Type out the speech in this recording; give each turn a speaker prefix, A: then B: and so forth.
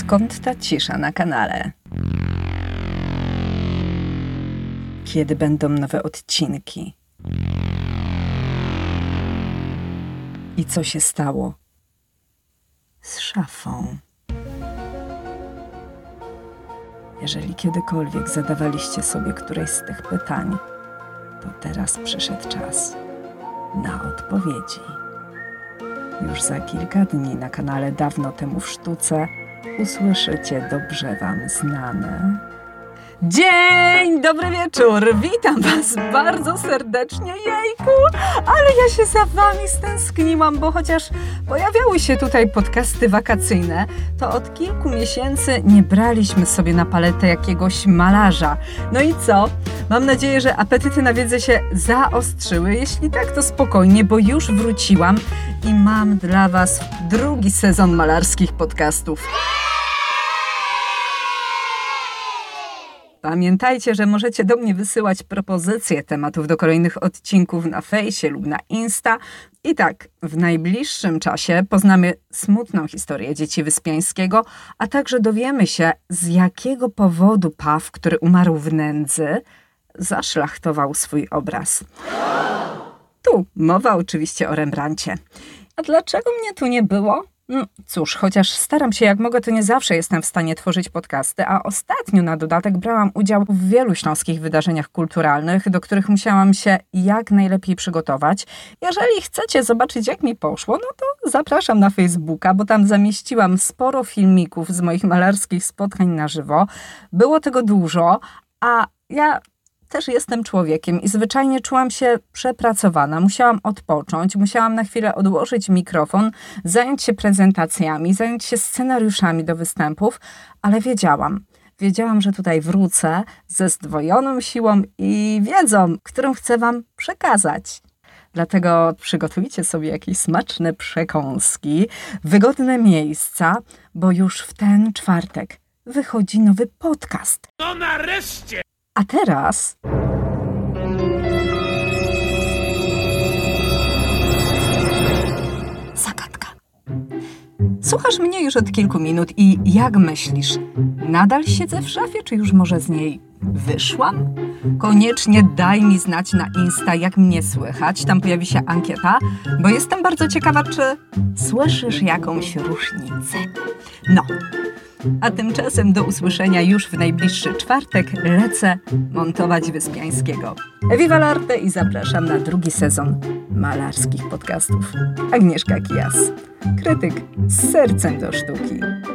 A: Skąd ta cisza na kanale? Kiedy będą nowe odcinki? I co się stało z szafą? Jeżeli kiedykolwiek zadawaliście sobie któreś z tych pytań, to teraz przyszedł czas na odpowiedzi. Już za kilka dni na kanale Dawno temu w sztuce usłyszycie dobrze wam znane. Dzień, dobry wieczór, witam was bardzo serdecznie, jejku, ale ja się za wami stęskniłam, bo chociaż pojawiały się tutaj podcasty wakacyjne, to od kilku miesięcy nie braliśmy sobie na paletę jakiegoś malarza. No i co? Mam nadzieję, że apetyty na wiedzę się zaostrzyły, jeśli tak, to spokojnie, bo już wróciłam i mam dla was drugi sezon malarskich podcastów. Pamiętajcie, że możecie do mnie wysyłać propozycje tematów do kolejnych odcinków na fejsie lub na Insta. I tak, w najbliższym czasie poznamy smutną historię dzieci Wyspiańskiego, a także dowiemy się, z jakiego powodu Paw, który umarł w nędzy, zaszlachtował swój obraz. Tu mowa oczywiście o Rembrandcie. A dlaczego mnie tu nie było? Cóż, chociaż staram się jak mogę, to nie zawsze jestem w stanie tworzyć podcasty, a ostatnio na dodatek brałam udział w wielu śląskich wydarzeniach kulturalnych, do których musiałam się jak najlepiej przygotować. Jeżeli chcecie zobaczyć, jak mi poszło, no to zapraszam na Facebooka, bo tam zamieściłam sporo filmików z moich malarskich spotkań na żywo. Było tego dużo, a ja też jestem człowiekiem i zwyczajnie czułam się przepracowana. Musiałam odpocząć, musiałam na chwilę odłożyć mikrofon, zająć się prezentacjami, zająć się scenariuszami do występów, ale wiedziałam, że tutaj wrócę ze zdwojoną siłą i wiedzą, którą chcę wam przekazać. Dlatego przygotujcie sobie jakieś smaczne przekąski, wygodne miejsca, bo już w ten czwartek wychodzi nowy podcast.
B: No nareszcie!
A: A teraz... zagadka. Słuchasz mnie już od kilku minut i jak myślisz? Nadal siedzę w szafie, czy już może z niej wyszłam? Koniecznie daj mi znać na Insta, jak mnie słychać. Tam pojawi się ankieta, bo jestem bardzo ciekawa, czy słyszysz jakąś różnicę. No. A tymczasem do usłyszenia już w najbliższy czwartek lecę montować Wyspiańskiego. Viva l'arte i zapraszam na drugi sezon malarskich podcastów. Agnieszka Kijas, krytyk z sercem do sztuki.